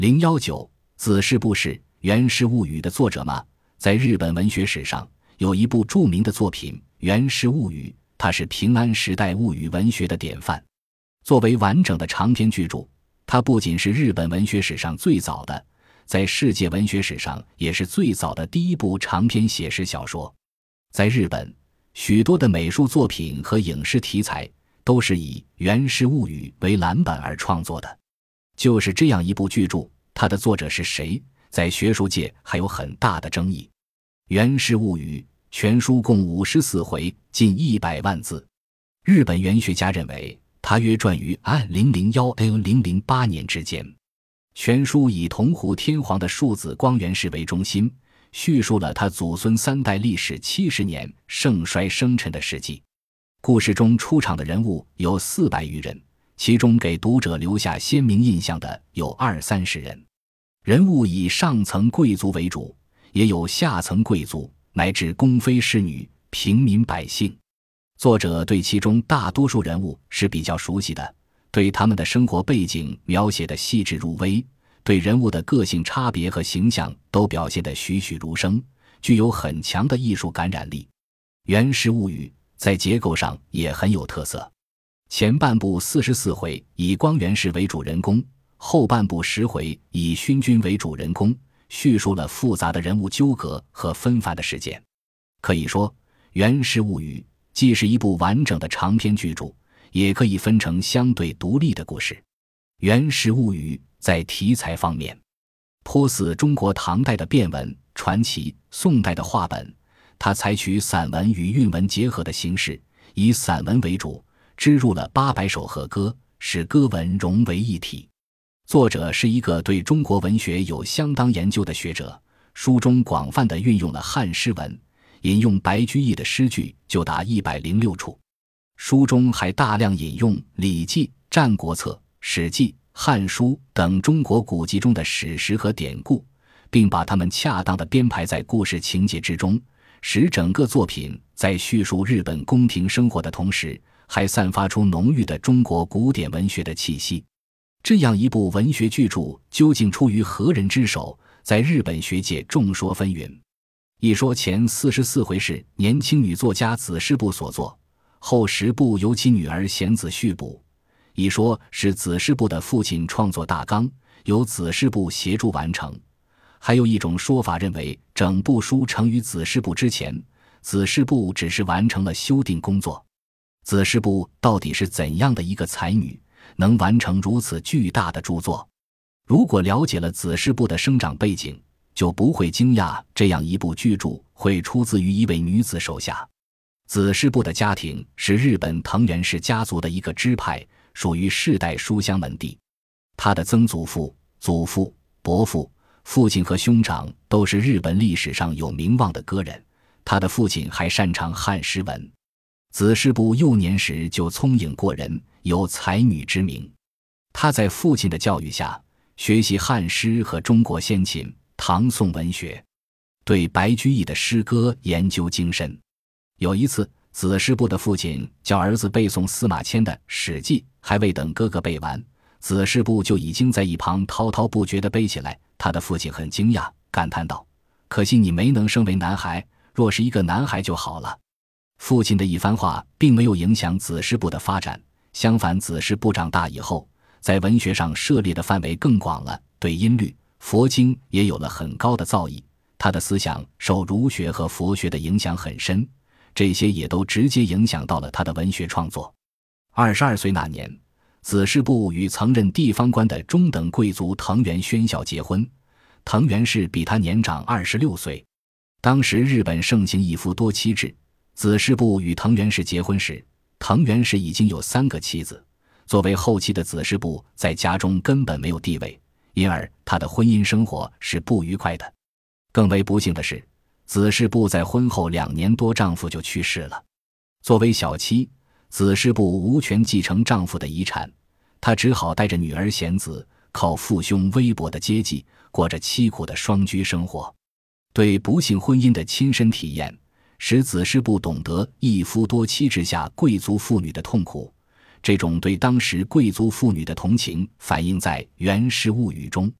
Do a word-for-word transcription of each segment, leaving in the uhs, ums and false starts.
零一九子氏部是《源氏物语》的作者吗？在日本文学史上，有一部著名的作品《源氏物语》，它是平安时代物语文学的典范。作为完整的长篇巨著，它不仅是日本文学史上最早的，在世界文学史上也是最早的第一部长篇写实小说。在日本，许多的美术作品和影视题材都是以《源氏物语》为蓝本而创作的。就是这样一部巨著，它的作者是谁，在学术界还有很大的争议。《源氏物语》全书共五十四回，近一百万字。日本原学家认为，它约撰于安零零一到零零八年之间。全书以桐湖天皇的庶子光源氏为中心，叙述了他祖孙三代历时七十年盛衰生沉的事迹。故事中出场的人物有四百余人，其中给读者留下鲜明印象的有二三十人。人物以上层贵族为主，也有下层贵族乃至宫妃侍女、平民百姓。作者对其中大多数人物是比较熟悉的，对他们的生活背景描写的细致入微，对人物的个性差别和形象都表现得栩栩如生，具有很强的艺术感染力。《源氏物语》在结构上也很有特色，前半部四十四回以光源氏为主人公，后半部十回以勋君为主人公，叙述了复杂的人物纠葛和纷繁的事件。可以说，《源氏物语》既是一部完整的长篇巨著，也可以分成相对独立的故事。《源氏物语》在题材方面，颇似中国唐代的变文、传奇，宋代的话本。它采取散文与韵文结合的形式，以散文为主，织入了八百首和歌，使歌文融为一体。作者是一个对中国文学有相当研究的学者，书中广泛地运用了汉诗文，引用白居易的诗句就达一百零六处。书中还大量引用《礼记》《战国策》《史记》《汉书》等中国古籍中的史实和典故，并把它们恰当地编排在故事情节之中，使整个作品在叙述日本宫廷生活的同时，还散发出浓郁的中国古典文学的气息。这样一部文学巨著究竟出于何人之手，在日本学界众说纷纭。一说前四十四回是年轻女作家子氏部所作，后十部由其女儿贤子续补；一说是子氏部的父亲创作大纲，由子氏部协助完成；还有一种说法认为整部书成于子氏部之前，子氏部只是完成了修订工作。子氏部到底是怎样的一个才女，能完成如此巨大的著作？如果了解了子氏部的生长背景，就不会惊讶这样一部巨著会出自于一位女子手下。子氏部的家庭是日本藤原氏家族的一个支派，属于世代书香门第。他的曾祖父、祖父、伯父、父亲和兄长都是日本历史上有名望的歌人，他的父亲还擅长汉诗文。子氏部幼年时就聪颖过人，有才女之名。他在父亲的教育下，学习汉诗和中国先秦、唐宋文学，对白居易的诗歌研究精深。有一次，子氏部的父亲叫儿子背诵司马迁的《史记》，还未等哥哥背完，子氏部就已经在一旁滔滔不绝地背起来。他的父亲很惊讶，感叹道：可惜你没能生为男孩，若是一个男孩就好了。父亲的一番话并没有影响子氏部的发展，相反，子氏部长大以后，在文学上涉猎的范围更广了，对音律、佛经也有了很高的造诣。他的思想受儒学和佛学的影响很深，这些也都直接影响到了他的文学创作。二十二岁那年，子氏部与曾任地方官的中等贵族藤原宣孝结婚，藤原氏比他年长二十六岁。当时日本盛行一夫多妻制，子氏部与藤原氏结婚时，藤原氏已经有三个妻子，作为后妻的子氏部在家中根本没有地位，因而他的婚姻生活是不愉快的。更为不幸的是，子氏部在婚后两年多丈夫就去世了。作为小妻，子氏部无权继承丈夫的遗产，她只好带着女儿贤子，靠父兄微薄的接济，过着凄苦的双居生活。对不幸婚姻的亲身体验，使子氏部懂得一夫多妻制下贵族妇女的痛苦。这种对当时贵族妇女的同情反映在《源氏物语》中。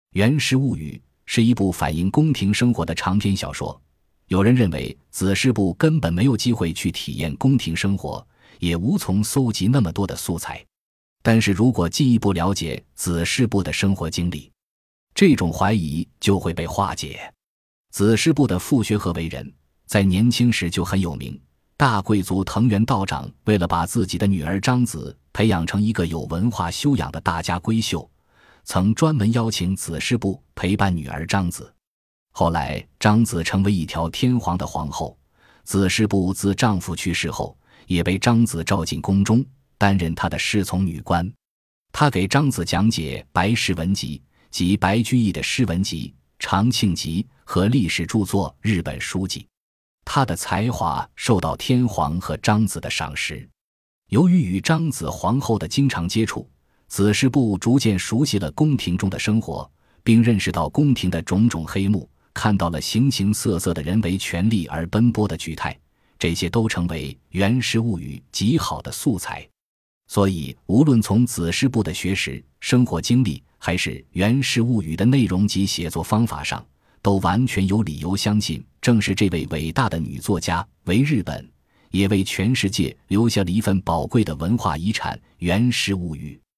源氏物语》是一部反映宫廷生活的长篇小说。有人认为子师部根本没有机会去体验宫廷生活，也无从搜集那么多的素材。但是如果进一步了解子师部的生活经历，这种怀疑就会被化解。子师部的傅学和为人，在年轻时就很有名。大贵族藤原道长为了把自己的女儿张子培养成一个有文化修养的大家闺秀，曾专门邀请子师部陪伴女儿张子。后来张子成为一条天皇的皇后，子师部自丈夫去世后，也被张子召进宫中，担任她的侍从女官。她给张子讲解白氏文集及白居易的诗文集、长庆集和历史著作、日本书籍。她的才华受到天皇和张子的赏识。由于与张子皇后的经常接触，子师部逐渐熟悉了宫廷中的生活，并认识到宫廷的种种黑幕，看到了形形色色的人为权力而奔波的局态，这些都成为《源氏物语》极好的素材。所以无论从子师部的学识、生活经历，还是《源氏物语》的内容及写作方法上，都完全有理由相信，正是这位伟大的女作家为日本，也为全世界留下了一份宝贵的文化遗产《源氏物语》。